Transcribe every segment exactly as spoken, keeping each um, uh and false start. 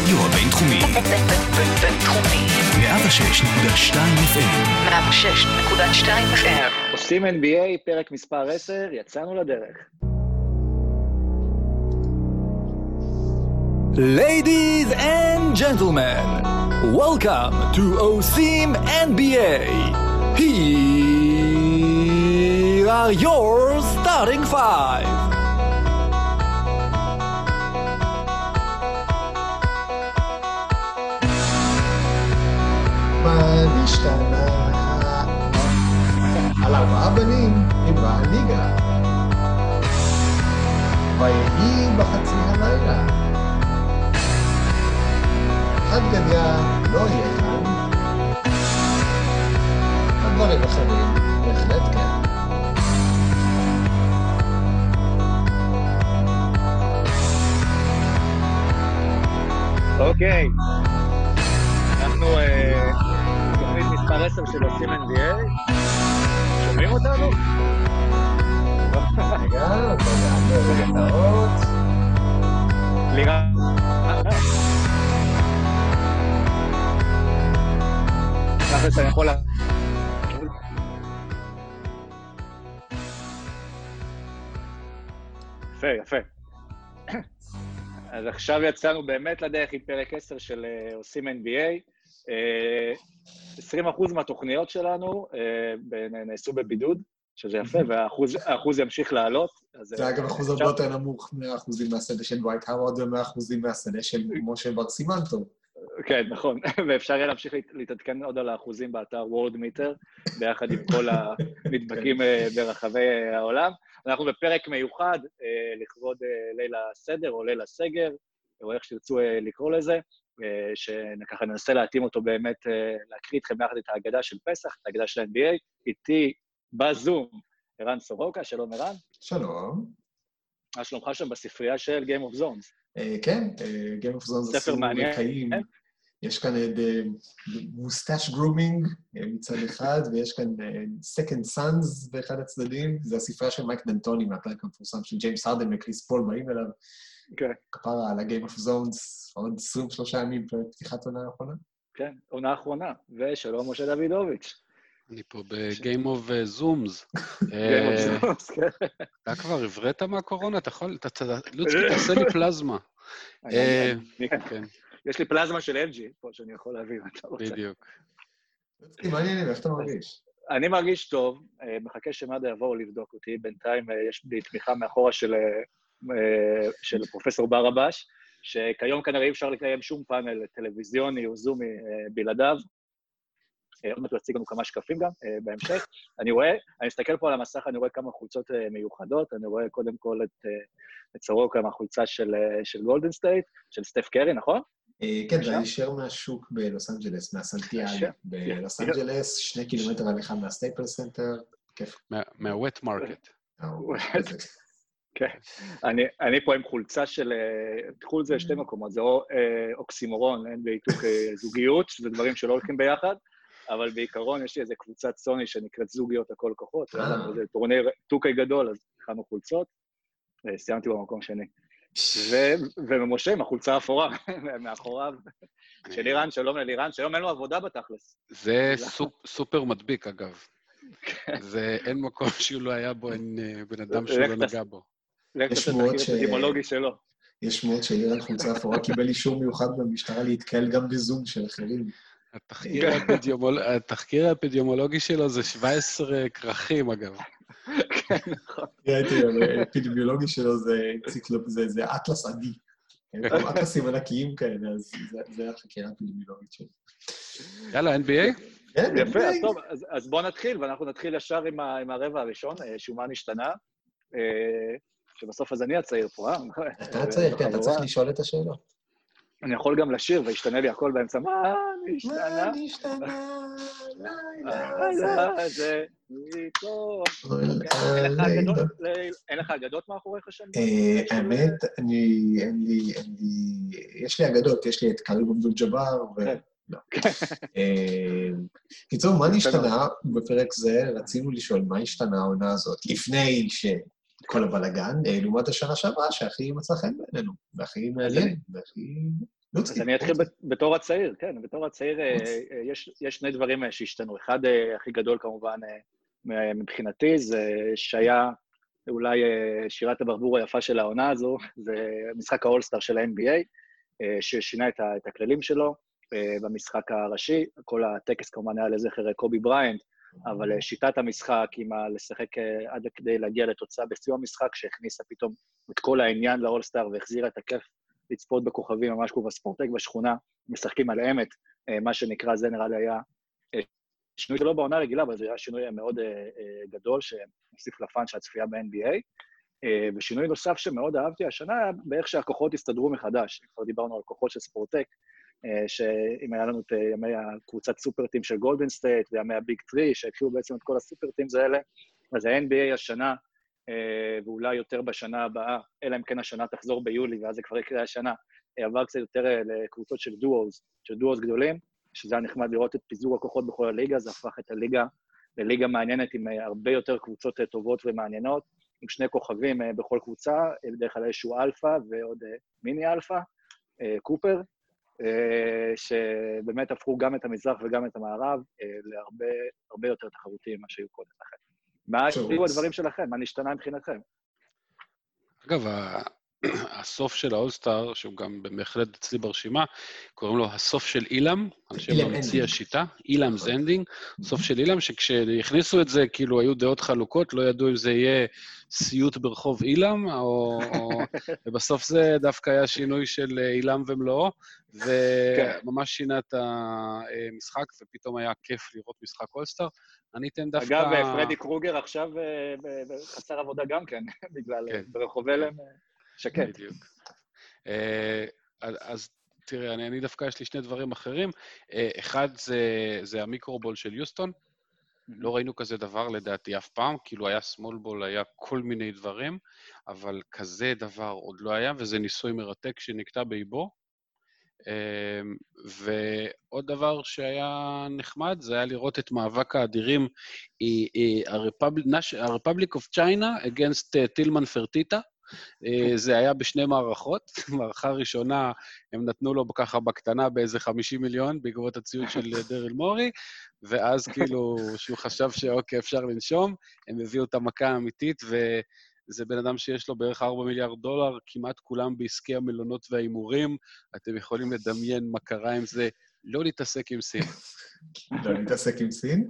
הרדיו הבינתחומי. בינתחומי. מאה ושש נקודה שתיים אף אם. מאה ושש נקודה שתיים אף אם. עושים אן בי איי, פרק מספר עשר, יצאנו לדרך. Ladies and gentlemen, welcome to Osim אן בי איי. Here are your starting five. מה נשתנה? על ארבעה בנים עם הליגה. ויהי בחצי הלילה. אחד גדיה לא יהיה כאן. הדברים אחרים, בהחלט כן. אוקיי. אנחנו תוכנית מספר עשר של עושים אן בי איי. שומעים אותנו? רגע, אתה יודע, רגע נאות. לירן. ככה שאני יכול... יפה, יפה. אז עכשיו יצאנו באמת לדרך עם פרק עשר של עושים אן בי איי. עשרים אחוז מהתוכניות שלנו נעשו בבידוד, שזה יפה, והאחוז ימשיך לעלות. זה אגב אחוז הרבה יותר נמוך, מאה אחוזים מהשדה של דווייט האוורד ומאה אחוזים מהשדה של משה בר סימן-טוב. כן, נכון, ואפשר יהיה להמשיך להתעדכן עוד על האחוזים באתר World Meter, ביחד עם כל הנדבקים ברחבי העולם. אנחנו בפרק מיוחד לכבוד ליל הסדר או ליל הסגר, או איך שתרצו לקרוא לזה, שככה ננסה להתאים אותו באמת, להקריא איתכם ביחד את ההגדה של פסח, את ההגדה של אן בי איי, איתי בזום, ערן סורוקה, שלום ערן. שלום. מה שלומך שם בספרייה של Game of Zones? כן, Game of Zones עשו רקעים. יש כאן מוסטאש גרומינג מצד אחד, ויש כאן Second Sons באחד הצדדים. זה הספרייה של מייק דנטוני, מהפרק המפורסם של ג'יימס הרדן וקריס פול באים אליו. כפרה על ה-Game of Zones, עוד עשרים ושלושה ימים פתיחת עונה האחרונה. כן, עונה האחרונה. ושלום משה דוידוביץ'. אני פה ב-Game of Zooms. Game of Zooms, כן. אתה כבר הבראת מהקורונה? אתה יכול, לוצקי, תעשה לי פלזמה. יש לי פלזמה של אל ג'י, פה שאני יכול להביא, אתה רוצה. בדיוק. לוצקי, מה העניינים? איך אתה מרגיש? אני מרגיש טוב, מחכה שמד"א יבואו לבדוק אותי, בינתיים יש לי תמיכה מאחורה של פרופסור ברבש, שכיום כנראה אי אפשר לקיים שום פאנל טלוויזיוני או זומי בלעדיו, עוד מעט הוא יציג לנו כמה שקפים גם בהמשך. אני רואה, אני מסתכל פה על המסך, אני רואה כמה חולצות מיוחדות, אני רואה קודם כל את סורוקה מהחולצה של גולדן סטייט, של סטף קרי, נכון? כן, זה הישר מהשוק בלוס אנג'לס, מהסנטיאלי. בלוס אנג'לס, שני קילומטר הליכה מהסטייפל סנטר, כיף. מהווט מרקט. כן, אני פה עם חולצה של, תחול זה שתי מקומות, זה או אוקסימורון, אין בהיתוך זוגיות, שזה דברים שלא הולכים ביחד, אבל בעיקרון יש לי איזו קבוצת סוני שנקראת זוגיות הכל כוחות, זה טורניר טוקי גדול, אז הכנו חולצות, סיימתי במקום שני. ומשה עם החולצה האפורה, מאחוריו, של לירן, שלום ללירן, שהיום אין לו עבודה בתכלס. זה סופר מדביק אגב. זה אין מקום שהוא לא היה בו, אין בן אדם שהוא לא נגע בו. לך תתחיל את הדימולוגי שלו. יש שמועות שלירן חולצה אפורה קיבל אישור מיוחד במשטרה להתקהל גם בזום של אחרים. התחקיר האפידמיולוגי שלו זה שבע עשרה כרכים, אגב. כן, נכון. ראיתי, האפידמיולוגי שלו זה אטלס עדי. אטלסים ענקיים כאלה, אז זה החקירה האפידמיולוגית שלו. יאללה, אן בי איי? יפה, אז טוב, אז בואו נתחיל, ואנחנו נתחיל ישר עם הרבע הראשון, שומה נשתנה, שבסוף אז אני הצעיר פה, אה? אתה הצעיר, כן, אתה צריך לשאול את השאלות. אני יכול גם לשיר, וישתנה לי הכל באמצע, מה נשתנה? מה נשתנה? לילה זה איתו. אין לך אגדות מאחוריך שם? האמת, אני, אין לי, אין לי, יש לי אגדות, יש לי את קריב אבדול ג'אבר, ו... לא. קיצור, מה נשתנה בפרק זה? רצינו לשאול מה השתנה העונה הזאת, לפני שכל הבלגן, לעומת השנה שעברה, שהכי מצא חן בעינינו, והכי מעניין, והכי... אז אני אתחיל בתור הצעיר, כן, בתור הצעיר יש שני דברים שהשתנו. אחד הכי גדול כמובן מבחינתי, זה שהיה אולי שירת הברבור היפה של העונה הזו, זה משחק האולסטאר של ה-אן בי איי, ששינה את הכללים שלו במשחק הראשי. כל הטקס כמובן היה לזכר קובי בריינט, אבל שיטת המשחק עם לשחק עד כדי להגיע לתוצאה בסיום המשחק, שהכניסה פתאום את כל העניין לאולסטאר והחזירה את הכיף לצפות בכוכבים, ממש כמו בספורטק בשכונה, משחקים על האמת, מה שנקרא, זה נראה לי היה שינוי שלא בעונה רגילה, אבל זה היה שינוי מאוד גדול, שמוסיף לפן של הצפייה ב-אן בי איי, ושינוי נוסף שמאוד אהבתי השנה, היה באיך שהכוחות הסתדרו מחדש. כבר דיברנו על כוחות של ספורטק, שאם היה לנו את ימי הקבוצת סופרטים של גולדן סטייט, וימי הביג טרי, שהתחילו בעצם את כל הסופרטים האלה, אז ה-אן בי איי השנה, ואולי יותר בשנה הבאה, אלא אם כן השנה תחזור ביולי, ואז זה כבר יקרה השנה, עבר קצת יותר לקבוצות של דואוז, של דואוז גדולים, שזה היה נחמד לראות את פיזור הכוחות בכל הליגה, זה הפך את הליגה לליגה מעניינת עם הרבה יותר קבוצות טובות ומעניינות, עם שני כוכבים בכל קבוצה, בדרך כלל איזשהו אלפא ועוד מיני אלפא, קופר, שבאמת הפכו גם את המזרח וגם את המערב להרבה הרבה יותר תחרותיים ממה שהיו קודם לכם. מה היו הדברים שלכם? מה נשתנה מבחינתכם? אגב, הסוף של האולסטאר, שהוא גם בהחלט אצלי ברשימה, קוראים לו הסוף של אילם, על שם ממציא השיטה, אילם זנדינג, סוף של אילם, שכשהכניסו את זה, כאילו היו דעות חלוקות, לא ידעו אם זה יהיה סיוט ברחוב אילם, או... ובסוף זה דווקא היה שינוי של אילם ומלואו, וממש שינה את המשחק, ופתאום היה כיף לראות משחק אולסטאר. אני אתן דווקא... אגב, פרדי קרוגר עכשיו חסר עבודה גם כן, בגלל ברחוב אילם. שקט. בדיוק. אז תראה, אני, אני דווקא יש לי שני דברים אחרים. אחד זה, זה המיקרובול של יוסטון. לא ראינו כזה דבר לדעתי אף פעם, כאילו היה סמולבול, היה כל מיני דברים, אבל כזה דבר עוד לא היה, וזה ניסוי מרתק שנקטע באיבו. ועוד דבר שהיה נחמד, זה היה לראות את מאבק האדירים, ה-Republic of China against טילמן פרטיטה. זה היה בשני מערכות. מערכה ראשונה, הם נתנו לו ככה בקטנה באיזה חמישים מיליון, בעקבות הציוד של דריל מורי, ואז כאילו שהוא חשב שאוקיי, אפשר לנשום, הם הביאו את המכה האמיתית, וזה בן אדם שיש לו בערך ארבעה מיליארד דולר, כמעט כולם בעסקי המלונות והאימורים, אתם יכולים לדמיין מה קרה עם זה, לא להתעסק עם סין. לא להתעסק עם סין.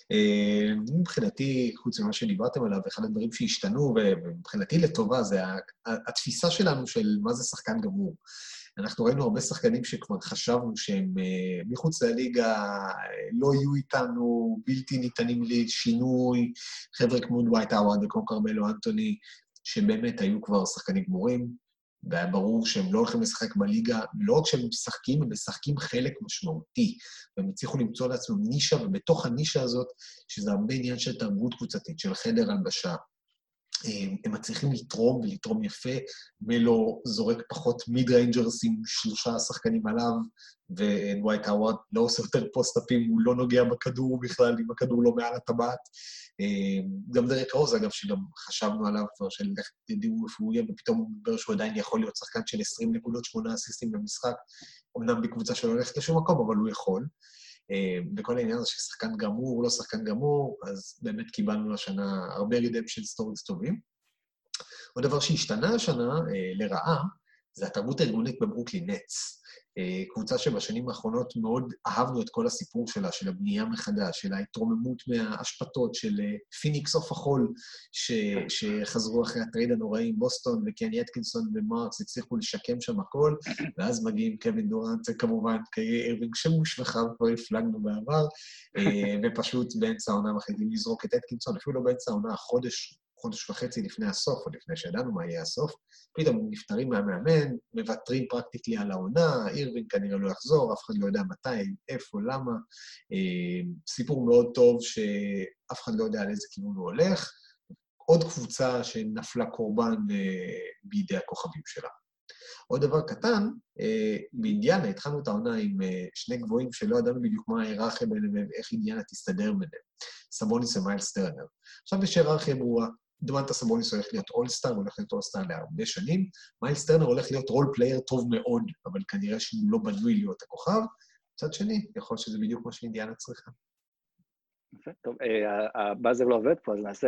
מבחינתי, חוץ ממה שדיברתם עליו, אחד הדברים שהשתנו, ומבחינתי לטובה, זה התפיסה שלנו של מה זה שחקן גמור. אנחנו ראינו הרבה שחקנים שכבר חשבנו שהם מחוץ לליגה, לא יהיו איתנו, בלתי ניתנים לשינוי, חבר'ה כמו דווייט האווארד וכמו קרמלו אנטוני, שבאמת היו כבר שחקנים גמורים, והיה ברור שהם לא הולכים לשחק בליגה, לא רק שהם משחקים, הם משחקים חלק משמעותי, והם הצליחו למצוא לעצמם נישה, ובתוך הנישה הזאת, שזה הרבה עניין של תרבות קבוצתית, של חדר הלבשה, הם מצליחים לתרום ולתרום יפה, מלו זורק פחות מיד-ריינג'רס עם שלושה שחקנים עליו, ודווייט האווארד לא עושה יותר פוסט-אפים, הוא לא נוגע בכדור בכלל, אם הכדור לא מעל הטבעת. גם דרק רוז, אגב, שגם חשבנו עליו כבר, של איך תדעו איפה הוא יהיה, ופתאום הוא מדבר שהוא עדיין יכול להיות שחקן של עשרים נקודות, שמונה אסיסטים במשחק, אמנם בקבוצה שלא הולכת לשום מקום, אבל הוא יכול. בכל העניין הזה ששחקן גמור, לא שחקן גמור, אז באמת קיבלנו השנה הרבה רידמפשן סטוריז טובים. עוד דבר שהשתנה השנה, לרעה, זה התרבות הארגונית בברוקלין נטס. קבוצה שבשנים האחרונות מאוד אהבנו את כל הסיפור שלה, של הבנייה מחדש, של ההתרוממות מההשפטות, של פיניקס אוף החול, ש, שחזרו אחרי הטרייד הנוראי עם בוסטון, וקני אטקינסון ומרקס הצליחו לשקם שם הכל, ואז מגיעים קווין דורנט, כמובן, קיי אירווינג שמושבחיו כבר הפלגנו בעבר, ופשוט באמצע העונה מחליטים לזרוק את אטקינסון, אפילו לא באמצע העונה, חודש, חודש וחצי לפני הסוף, או לפני שידענו מה יהיה הסוף, פתאום הם נפטרים מהמאמן, מבטרים פרקטיקלי על העונה, אירווינג כנראה לא יחזור, אף אחד לא יודע מתי, איפה, למה. סיפור מאוד טוב שאף אחד לא יודע על איזה כיוון הוא הולך. עוד קבוצה שנפלה קורבן בידי הכוכבים שלה. עוד דבר קטן, באינדיאנה התחלנו את העונה עם שני גבוהים שלא ידענו בדיוק מה ההיררכיה ביניהם ואיך אינדיאנה תסתדר ביניהם. סבוניס ומיילס טרנר. עכשיו יש היררכיה ברורה. דומנטס סבוניס הולך להיות אולסטאר, הוא הולך להיות אולסטאר להרבה שנים, מיילס טרנר הולך להיות רול פלייר טוב מאוד, אבל כנראה שהוא לא בנוי להיות הכוכב. מצד שני, יכול שזה בדיוק מה שאינדיאנה צריכה. טוב, הבאזר לא עובד פה, אז נעשה...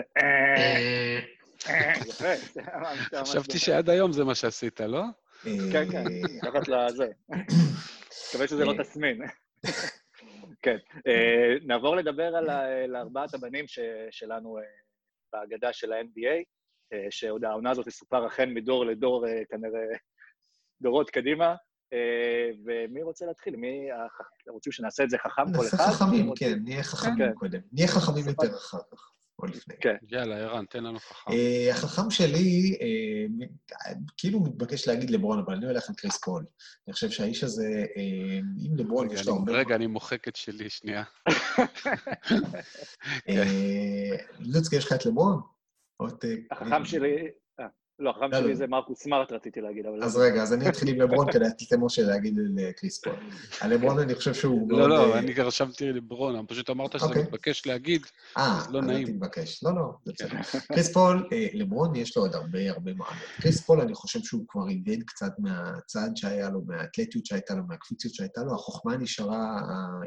חשבתי שעד היום זה מה שעשית, לא? כן, כן, תחת לזה. מקווה שזה לא תסמין. כן, נעבור לדבר על ארבעת הבנים שלנו בהגדה של ה-אן בי איי, שעוד העונה הזאת תסופר אכן מדור לדור, כנראה דורות קדימה, ומי רוצה להתחיל? מי רוצים שנעשה את זה חכם כל אחד? נעשה חכמים, כן, נהיה חכמים קודם. נהיה חכמים יותר אחר כך, או לפני. יאללה, ערן, תן לנו חכם. החכם שלי, כאילו מתבקש להגיד לברון, אבל אני הולך על קריס פול. אני חושב שהאיש הזה, אם לברון יש לו הרבה... רגע, אני מוחק את שלי, שנייה. לוצקי, יש לך את לברון? החכם שלי... לא, החכם שלי זה מרקוס סמארט, רציתי להגיד, אבל... אז רגע, אז אני אתחיל עם לברון, כדי לתת משה להגיד לקריס פול. על לברון אני חושב שהוא... לא, לא, אני רשמתי לברון, אני פשוט אמרת שזה מתבקש להגיד, אז לא נעים. אה, אז תתבקש. לא, לא, זה בסדר. קריס פול, לברון יש לו עוד הרבה הרבה מעלות. קריס פול, אני חושב שהוא כבר איבד קצת מהצד שהיה לו, מהאתלטיות שהייתה לו, מהקפיציות שהייתה לו, החוכמה נשארה...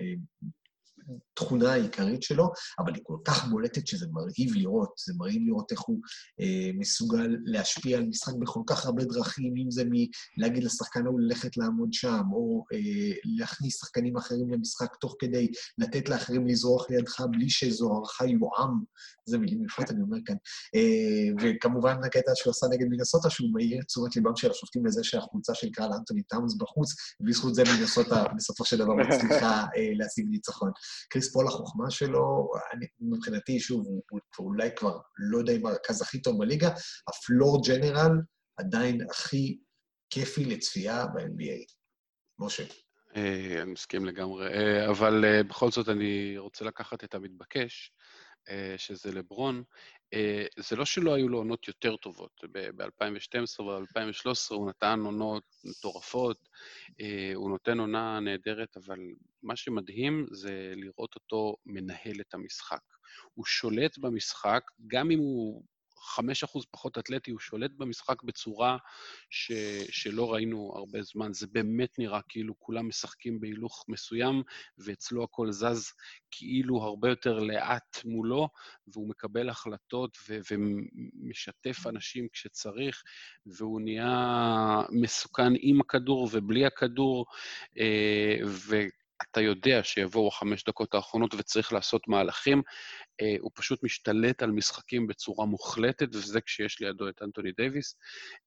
תכונה העיקרית שלו, אבל היא כל כך בולטת שזה מרהיב לראות, זה מרהיב לראות איך הוא אה, מסוגל להשפיע על משחק בכל כך הרבה דרכים, אם זה מלהגיד לשחקן הוא ללכת לעמוד שם, או אה, להכניס שחקנים אחרים למשחק תוך כדי לתת לאחרים לזרוח לידך בלי שזוהרך יועם, זה מילים יפות אני אומר כאן, אה, וכמובן הקטע שהוא עשה נגד מינסוטה, שהוא מאיר תשומת ליבם של השופטים לזה שהחולצה של קרל אנטוני טאונס בחוץ, ובזכות זה מינסוטה בסופו של דבר מצליחה אה, להשיג ניצחון. קריס פול, החוכמה שלו, אני, מבחינתי, שוב, הוא, הוא אולי כבר לא יודע אם הרכז הכי טוב בליגה, הפלור ג'נרל עדיין הכי כיפי לצפייה ב-אן בי איי. משה. אני מסכים לגמרי, אבל בכל זאת אני רוצה לקחת את המתבקש, שזה לברון. זה לא שלא היו לו עונות יותר טובות. ב-אלפיים ושתים עשרה וב-אלפיים ושלוש עשרה הוא נתן עונות מטורפות, הוא נותן עונה נהדרת, אבל מה שמדהים זה לראות אותו מנהל את המשחק. הוא שולט במשחק, גם אם הוא חמישה אחוז פחות אתלטי, הוא שולט במשחק בצורה ש, שלא ראינו הרבה זמן. זה באמת נראה כאילו כולם משחקים בהילוך מסוים, ואצלו הכל זז כאילו הרבה יותר לאט מולו, והוא מקבל החלטות ו, ומשתף אנשים כשצריך, והוא נהיה מסוכן עם הכדור ובלי הכדור, ו... אתה יודע שיבואו החמש דקות האחרונות וצריך לעשות מהלכים, הוא פשוט משתלט על משחקים בצורה מוחלטת, וזה כשיש לידו את אנטוני דייביס.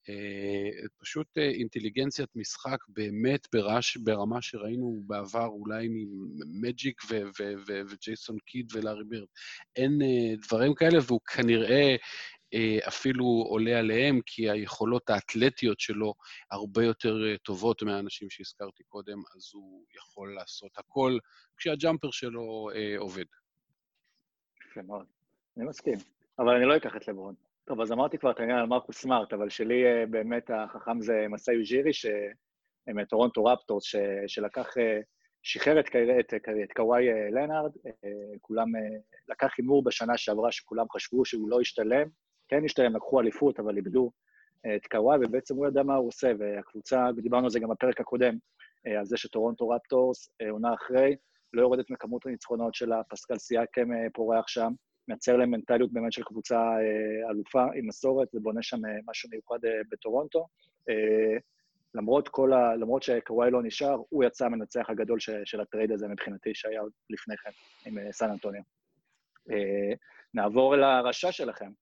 פשוט אינטליגנציית משחק באמת ברש, ברמה שראינו בעבר אולי ממג'יק וג'ייסון קיד ולארי בירד. אין דברים כאלה, והוא כנראה... אפילו עולה עליהם, כי היכולות האתלטיות שלו הרבה יותר טובות מהאנשים שהזכרתי קודם, אז הוא יכול לעשות הכל כשהג'אמפר שלו אה, עובד. יפה מאוד, אני מסכים, אבל אני לא אקח את לברון. טוב, אז אמרתי כבר את העניין על מרקוס סמארט, אבל שלי אה, באמת החכם זה מסאי אוג'ירי, שהם טורונטו רפטורס, ש, שלקח, אה, שחרר את, את, את קוואי לנארד, אה, כולם אה, לקח הימור בשנה שעברה שכולם חשבו שהוא לא ישתלם, כן השתלם, לקחו אליפות, אבל איבדו את קוואי, ובעצם הוא ידע מה הוא עושה, והקבוצה, ודיברנו על זה גם בפרק הקודם, על זה שטורונטו רפטורס, עונה אחרי, לא יורדת מכמות הניצחונות שלה, פסקל סייקם פורח שם, מייצר להם מנטליות באמת של קבוצה אלופה עם מסורת, ובונה שם משהו מיוחד בטורונטו. למרות כל ה... למרות שקוואי לא נשאר, הוא יצא המנצח הגדול של הטרייד הזה מבחינתי, שהיה עוד לפני כן עם סן אנטוניו. נעבור לרשע שלכם.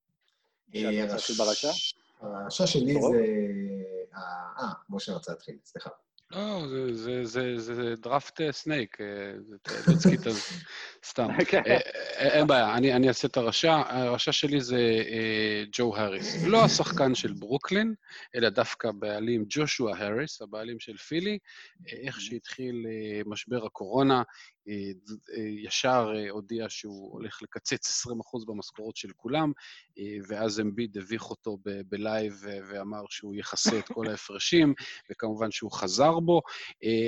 הרשע שלי זה... אה, משה רצה להתחיל, סליחה. לא, זה דראפט סנייק, לא צחית על סתם. אין בעיה, אני אעשה את הרשע. הרשע שלי זה ג'ו הריס. לא השחקן של ברוקלין, אלא דווקא בעלים ג'ושוע הריס, הבעלים של פילי. איך שהתחיל משבר הקורונה, ישר הודיע שהוא הולך לקצץ עשרים אחוז במשכורות של כולם, ואז אמביד הביך אותו בלייב ואמר שהוא יחסה את כל ההפרשים, וכמובן שהוא חזר בו.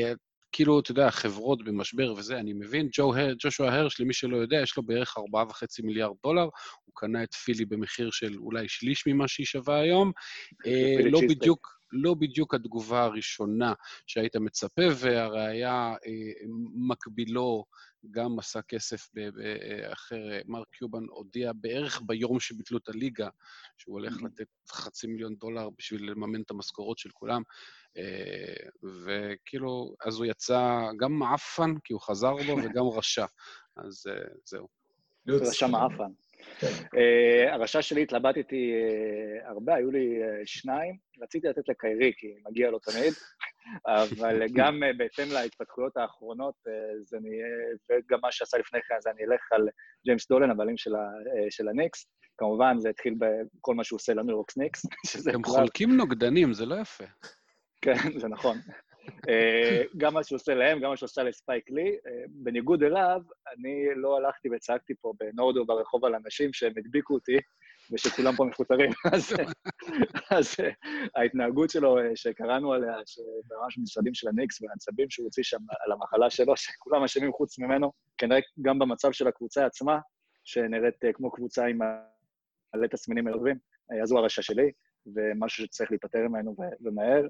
כאילו, אתה יודע, חברות במשבר וזה, אני מבין, ג'ו, ג'ושוע הרש, למי שלא יודע, יש לו בערך ארבעה וחצי מיליארד דולר, הוא קנה את פילי במחיר של אולי שליש ממה שהיא שווה היום, אה, לא בדיוק... לא בדיוק התגובה הראשונה שהיית מצפה, והראיה אה, מקבילו גם עשה כסף אחר, מרק קיובן הודיע בערך ביום שביטלו את הליגה, שהוא הולך לתת חצי מיליון דולר בשביל לממן את המשכורות של כולם, אה, וכאילו, אז הוא יצא גם מעפן, כי הוא חזר בו, וגם רשע, אז אה, זהו. רשע מעפן. הרשע שלי התלבטתי הרבה, היו לי שניים, רציתי לתת לקיירי, כי מגיע לו תמיד, אבל גם בהתאם להתפתחויות האחרונות, וגם מה שעשה לפני כן, אז אני אלך על ג'יימס דולן, הבעלים של הניקס, כמובן זה התחיל בכל מה שהוא עושה לניו יורק ניקס. הם חולקים נוגדנים, זה לא יפה. כן, זה נכון. גם מה שהוא עושה להם, גם מה שהוא עושה לספייק לי, בניגוד אליו, אני לא הלכתי וצעקתי פה בנורדו ברחוב על אנשים שהם הדביקו אותי, ושכולם פה מפוטרים. אז ההתנהגות שלו, שקראנו עליה, שממש משרדים של הניקס, והעצבים שהוא הוציא שם על המחלה שלו, שכולם אשמים חוץ ממנו, כנראה גם במצב של הקבוצה עצמה, שנראית כמו קבוצה עם מלא תסמינים מלווים, אז הוא הרשע שלי, ומשהו שצריך להיפטר ממנו ומהר.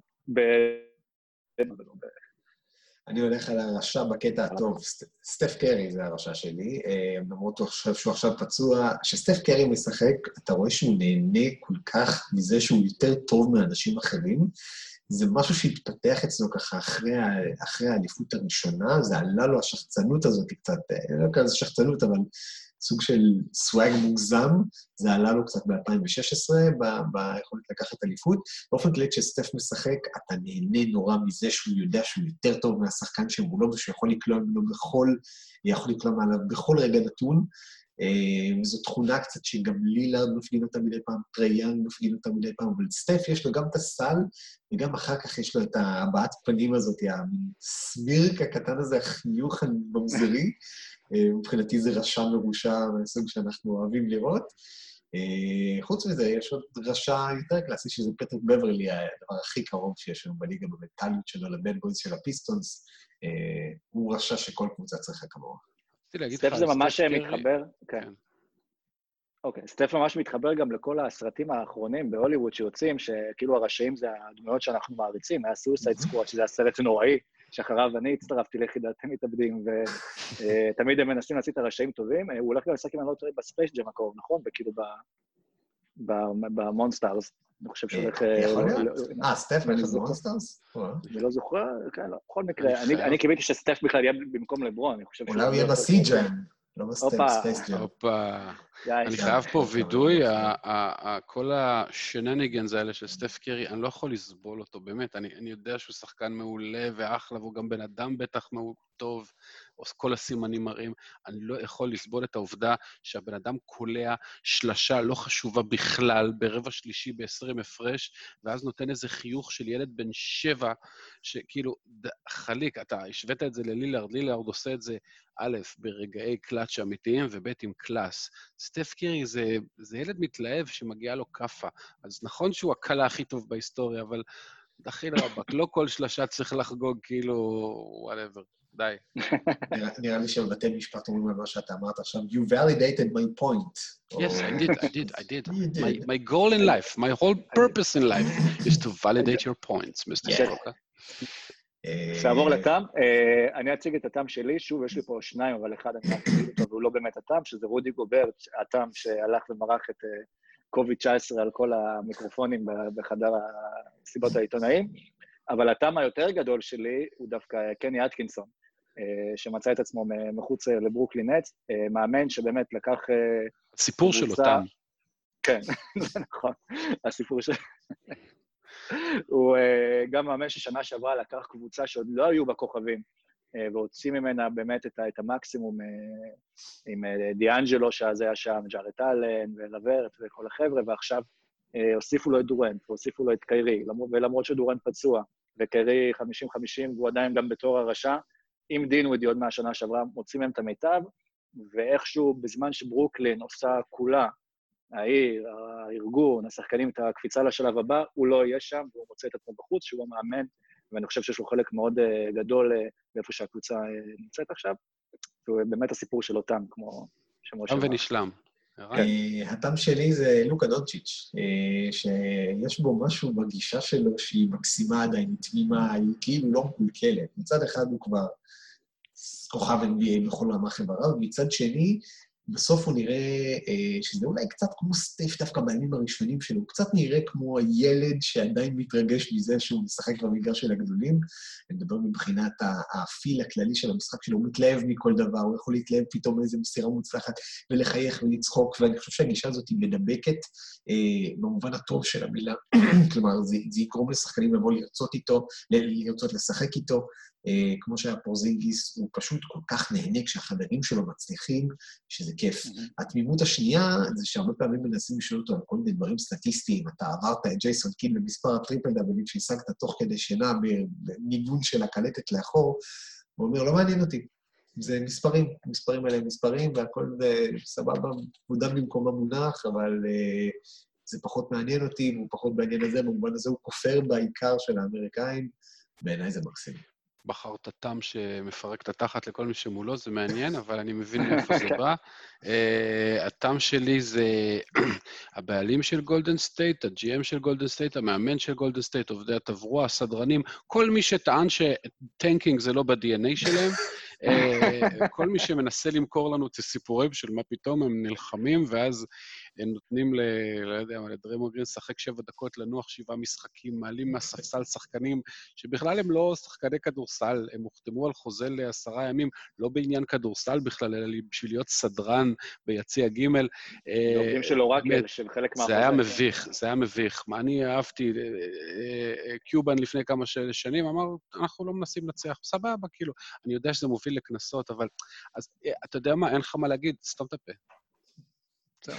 אני הולך על הרשע בקטע הטוב. סטף קרי זה הרשע שלי, למרות שהוא עכשיו פצוע. כשסטף קרי משחק, אתה רואה שהוא נהנה כל כך מזה שהוא יותר טוב מאנשים אחרים. זה משהו שהתפתח אצלו ככה אחרי האליפות הראשונה, זה עלה לו השחצנות הזאת קצת, לא כזה שחצנות, אבל סוג של סווג מוגזם, זה עלה לו קצת ב-אלפיים ושש עשרה, ביכולת לקחת אליפות. באופן כללי, כשסטף משחק, אתה נהנה נורא מזה שהוא יודע שהוא יותר טוב מהשחקן שמולו, ושהוא יכול לקלום לו בכל, יכול לקלום עליו בכל רגע נתון. זו תכונה קצת שגם לילארד מפגין אותה מדי פעם, טרייאן מפגין אותה מדי פעם, אבל סטף יש לו גם את הסל, וגם אחר כך יש לו את הבעת פנים הזאת, הסמירק הקטן הזה, החיוך הממזרי, מבחינתי זה רשע מרושע מהסוג שאנחנו אוהבים לראות. חוץ מזה, יש עוד רשע יותר קלאסי, שזה פטריק בברלי, הדבר הכי קרוב שיש לנו בליגה, במנטליות שלו, לבד בויז של הפיסטונס, הוא רשע שכל קבוצה צריכה כמוהו. סטף זה ממש מתחבר, כן. אוקיי, סטף ממש מתחבר גם לכל הסרטים האחרונים בהוליווד שיוצאים, שכאילו הרשעים זה הדמויות שאנחנו מעריצים, היה סוסייד סקוואד, שזה הסרט נוראי, שאחריו אני הצטרפתי ליחידת מתאבדים, ותמיד הם מנסים להציג את הרשעים טובים, הוא הולך גם לשחק עם אני לא טועה בספייס ג'ם הקרוב, נכון? וכאילו במונסטארס, אני חושב שהולך... יכול להיות? אה, סטף במונסטארס? אני לא זוכר, כן, לא, בכל מקרה, אני קיוויתי שסטף בכלל יהיה במקום לברון, אני חושב... אולי הוא יהיה בסי-ג'ם, לא בספייס ג'ם. הופה, אני חייב פה וידוי, כל השנניגנס האלה של סטף קרי, אני לא יכול לסבול אותו, באמת, אני יודע שהוא שחקן מעולה ואחלה, והוא גם בן אדם בטח טוב, או כל הסימנים מראים, אני לא יכול לסבול את העובדה שהבן אדם קולע שלשה לא חשובה בכלל, ברבע שלישי ב-עשרים הפרש, ואז נותן איזה חיוך של ילד בן שבע, שכאילו, חליק, אתה השווית את זה ללילארד, לילארד עושה את זה, א', ברגעי קלאץ' אמיתיים, וב' עם קלאס. סטף קרי זה, זה ילד מתלהב שמגיע לו קפה, אז נכון שהוא הקלה הכי טוב בהיסטוריה, אבל דחיל רבק, לא כל שלשה צריך לחגוג כאילו, whatever. די. נראה לי שבבתי משפט אומרים על מה שאתה אמרת עכשיו, you validated my point. Yes, I did, I did, I did. My, my goal in life, my whole purpose in life is to validate your points, מיסטר שרוקה. שעבור לטעם, אני אציג את הטעם שלי, שוב, יש לי פה שניים, אבל אחד אני אציג אותו, והוא לא באמת הטעם, שזה רודי גוברט, הטעם שהלך ומרח את קוביד תשע עשרה על כל המיקרופונים בחדר הסיבות העיתונאים, אבל הטעם היותר גדול שלי הוא דווקא קני אטקינסון, שמצא את עצמו מחוץ לברוקלין נטס, מאמן שבאמת לקח... הסיפור שלו טעם. כן, זה נכון, הסיפור שלו. הוא גם מאמן ששנה שעברה לקח קבוצה שעוד לא היו בה כוכבים, והוציא ממנה באמת את המקסימום עם דיאנג'לו, שאז היה שם, ג'ארט אלן ולוורט וכל החבר'ה, ועכשיו הוסיפו לו את דורנט, והוסיפו לו את קיירי, ולמרות שדורנט פצוע, וקיירי חמישים חמישים, והוא עדיין גם בתור הרשע, עם דין ווידיוד מהשנה שעברה, מוצאים מהם את המיטב, ואיכשהו בזמן שברוקלין עושה כולה, העיר, הארגון, השחקנים את הקפיצה לשלב הבא, הוא לא יהיה שם, והוא מוצא את עצמו בחוץ, שהוא המאמן ואני חושב שיש לו חלק מאוד גדול באיפה שהקבוצה נמצאת עכשיו, ובאמת הסיפור של אותם, כמו שמשה אמר. תם ונשלם. הטעם שלי זה לוקה דונצ'יץ', שיש בו משהו בגישה שלו שהיא מקסימה עדיין, היא תמימה, היא כאילו לא מקולקלת. מצד אחד הוא כבר כוכב אן בי איי בכל רמ"ח איבריו, מצד שני, בסוף הוא נראה שזה אולי קצת כמו סטף דווקא בימים הראשונים שלו, הוא קצת נראה כמו הילד שעדיין מתרגש מזה שהוא משחק במגרש של הגדולים. אני מדבר מבחינת האפיל הכללי של המשחק שלו, הוא מתלהב מכל דבר, הוא יכול להתלהב פתאום מאיזו מסירה מוצלחת ולחייך ולצחוק, ואני חושב שהגישה הזאת היא מדבקת במובן הטוב של המילה. כלומר, זה, זה יקרום לשחקנים לבוא לרצות איתו, לרצות לשחק איתו, Uh, כמו שהפורזינגיס, הוא פשוט כל כך נהנה כשהחברים שלו מצליחים, שזה כיף. Mm-hmm. התמימות השנייה, זה שהרבה פעמים מנסים לשאול אותו על כל מיני דברים סטטיסטיים, אתה עברת את ג'ייסון קיד במספר הטריפל דאבלים שהשגת תוך כדי שינה בניגון של הקלטת לאחור, הוא אומר, לא מעניין אותי. זה מספרים, מספרים האלה מספרים, והכל סבבה, מודם במקום המונח, אבל uh, זה פחות מעניין אותי, והוא פחות בעניין הזה, במובן הזה הוא כופר בעיקר של האמריקאים, בעיניי זה מקסים. בחרת תם שמפרק את התחת לכל מי שמולו, זה מעניין, אבל אני מבין מאיפה זה בא. התם שלי זה הבעלים של גולדן סטייט, הג'י אם של גולדן סטייט, המאמן של גולדן סטייט, עובדי התברואה, הסדרנים, כל מי שטען שטנקינג זה לא ב-די אן איי שלהם, כל מי שמנסה למכור לנו את הסיפורים של מה פתאום הם נלחמים, ואז הם נותנים ל... לא יודע, לדרימונד גרין לשחק שבע דקות, לנוח שבעה משחקים, מעלים מהספסל שחקנים, שבכלל הם לא שחקני כדורסל, הם הוחתמו על חוזה לעשרה ימים, לא בעניין כדורסל בכלל, אלא בשביל להיות סדרן ביציע ג'. עובדים של אורקל, של חלק מהחוזה. זה היה מביך, זה היה מביך. מה אני אהבתי, קיובן לפני כמה שנים, אמר, אנחנו לא מנסים לנצח, סבבה, כאילו, אני יודע שזה מוביל לכנסות, אבל, אז אתה יודע מה, אין לך מה להגיד, סתם את הפה. זהו.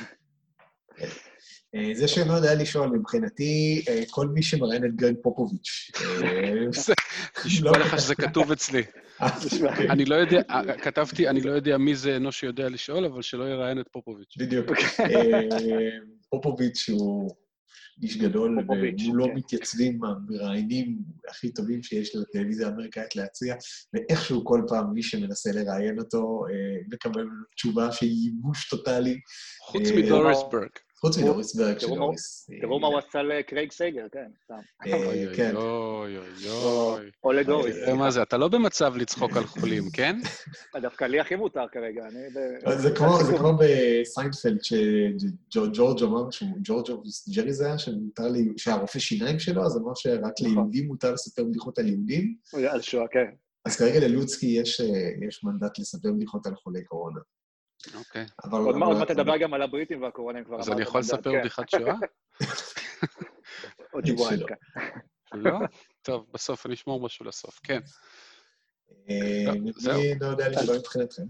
זה שאני לא יודע לשאול, מבחינתי, כל מי שמראיין את גרג פופוביץ'. נשמע לך שזה כתוב אצלי. אני לא יודע, כתבתי, אני לא יודע מי זה אנוש שיודע לשאול, אבל שלא יראיין את פופוביץ'. בדיוק. פופוביץ' הוא איש גדול, ומולו מתייצבים המראיינים הכי טובים שיש לטלוויזיה האמריקאית להציע, ואיכשהו כל פעם מי שמנסה לראיין אותו, מקבל תשובה שהיא ייבוש טוטלי. חוץ מדוריס ברג. חוץ מדוריס ברג של דוריס. תראו מה הוא עשה לקרייג סייגר, כן, סתם. אוי אוי אוי אוי. או לדוריס. מה זה, אתה לא במצב לצחוק על חולים, כן? דווקא לי הכי מותר כרגע. זה כמו בסיינפלד, שג'ורג' אמר, ג'ורג' ג'רי זה היה, שהרופא שיניים שלו, אז אמר שרק ליהודים מותר לספר בדיחות על יהודים. על שואה, כן. אז כרגע ללוצקי יש מנדט לספר בדיחות על חולי קורונה. אוקיי. עוד מעט תדבר גם על הבריטים והקורונה, הם כבר אמרת. אז אני יכול לספר בדיחת שואה? עוד שבועיים, כן. לא? טוב, בסוף אני אשמור משהו לסוף, כן. אני לא יודע לשאול מבחינתכם.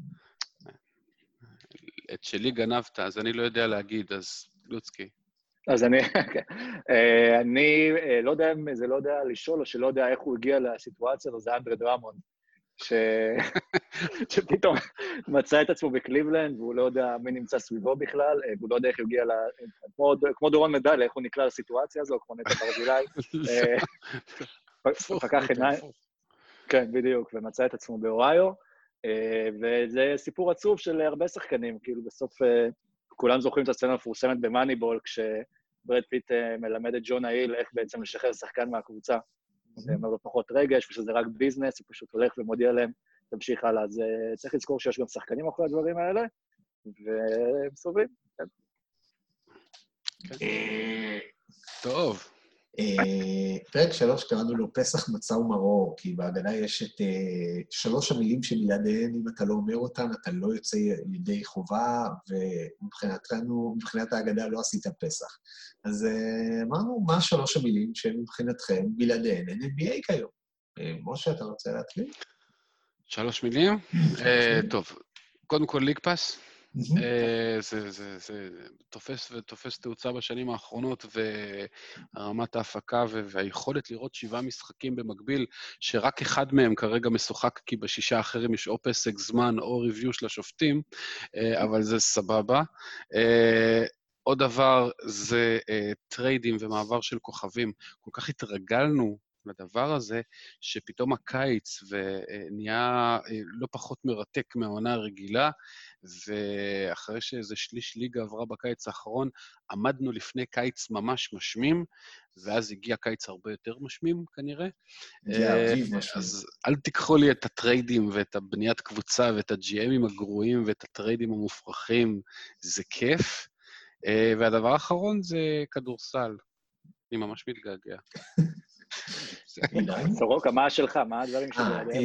את שלי גנבת, אז אני לא יודע להגיד, אז לוצקי. אז אני, אני לא יודע אם זה לא יודע לשאול, או שלא יודע איך הוא הגיע לסיטואציה הזו, זה אנדרי דרמונד. שפתאום מצא את עצמו בקליבלנד, והוא לא יודע מי נמצא סביבו בכלל, והוא לא יודע איך הוא הגיע, כמו דורון מדליה, איך הוא נקלע לסיטואציה הזו, כמו נטע ברזילי. פקח עיניים. כן, בדיוק, ומצא את עצמו באוהיו, וזה סיפור עצוב של הרבה שחקנים, כאילו בסוף כולם זוכרים את הסצנה המפורסמת במאניבול, כשברד פיט מלמד את ג'ון האיל איך בעצם לשחרר שחקן מהקבוצה. זה אומר לו פחות רגש, ושזה רק ביזנס, הוא פשוט הולך ומודיע להם, תמשיך הלאה. אז צריך לזכור שיש גם שחקנים אחרי הדברים האלה, והם סובבים. טוב. פרק שלוש קראנו לו פסח מצה ומרור, כי בהגדה יש את שלוש המילים שבלעדיהן, אם אתה לא אומר אותן, אתה לא יוצא ידי חובה, ומבחינתנו, מבחינת ההגדה לא עשית פסח. אז אמרנו, מה שלוש המילים שמבחינתכם בלעדיהן אין אן בי איי כיום? משה, אתה רוצה להתחיל? שלוש מילים? טוב, קודם כל ליג פאס. זה, זה, זה תופס ותופס תאוצה בשנים האחרונות, ורמת ההפקה והיכולת לראות שבעה משחקים במקביל, שרק אחד מהם כרגע משוחק, כי בשישה האחרים יש או פסק זמן או ריוויו של השופטים, אבל זה סבבה. עוד דבר זה טריידים ומעבר של כוכבים. כל כך התרגלנו לדבר הזה, שפתאום הקיץ ונהיה לא פחות מרתק מהעונה הרגילה, ואחרי שאיזה שליש ליגה עברה בקיץ האחרון, עמדנו לפני קיץ ממש משמים, ואז הגיע קיץ הרבה יותר משמים כנראה. אז אל תיקחו לי את הטריידים ואת הבניית קבוצה ואת הג'י אמים הגרועים ואת הטריידים המופרכים, זה כיף. והדבר האחרון זה כדורסל. אני ממש מתגעגע. סורוקה, מה שלך? מה הדברים שאתה יודע?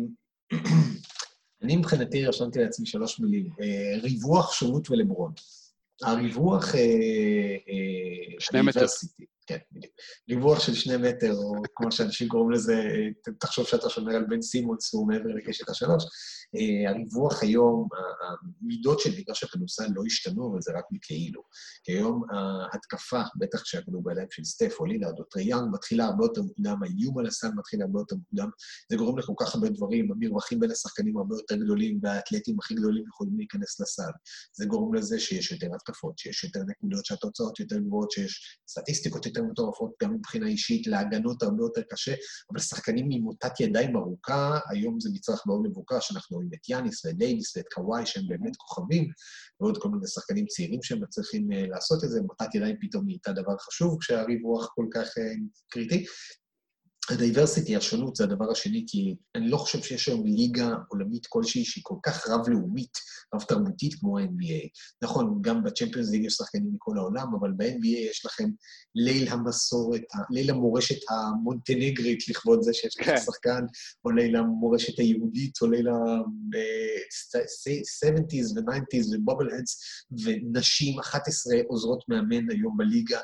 אני מבחינתי רשמתי לעצמי שלוש מילים. ריווח, שונות ולברון. הריווח... שני מטר. כן, בדיוק. ריווח של שני מטר, או כמו שאנשים קוראים לזה, תחשוב שאתה שומר על בן סימונס, הוא מעבר לקשת השלוש. הריווח היום, המידות של מגרש הכדורסל לא השתנו, אבל זה רק מכאילו. כי היום ההתקפה, בטח כשהכדור בידיים של סטף או לילארד או טרייאנג, מתחילה הרבה יותר מוקדם, האיום על הסל מתחיל הרבה יותר מוקדם, זה גורם לכל כך הרבה דברים, המרווחים בין השחקנים הרבה יותר גדולים, והאתלטים הכי גדולים יכולים להיכנס לסל. זה גורם לזה שיש יותר התקפות, שיש יותר נקודות שהתוצאות יותר גבוהות, שיש סטטיסטיקות יותר מטורפות, גם מבחינה אישית, להגנות הרבה יותר קשה, אבל שחקנים עם מוטת ידיים ארוכה, היום זה מצרך מאוד מבוקש, שאנחנו רואים את יאניס ואת דייוויס ואת קוואי, שהם באמת כוכבים, ועוד כל מיני שחקנים צעירים שהם מצליחים לעשות את זה, מוטת ידיים פתאום נהייתה דבר חשוב, כשהריווח כל כך קריטי. הדייברסיטי, השונות, זה הדבר השני, כי אני לא חושב שיש היום ליגה עולמית כלשהי שהיא כל כך רב-לאומית, רב-תרבותית כמו ה-אן בי איי. נכון, גם בצ'מפיונס ליג יש שחקנים מכל העולם, אבל ב-אן בי איי יש לכם ליל המסורת, ליל המורשת המונטנגרית לכבוד זה שיש לכם שחקן, או ליל המורשת היהודית, או ליל ה-שבעים ו-תשעים ובובלהדס, ונשים אחת עשרה עוזרות מאמן היום בליגה,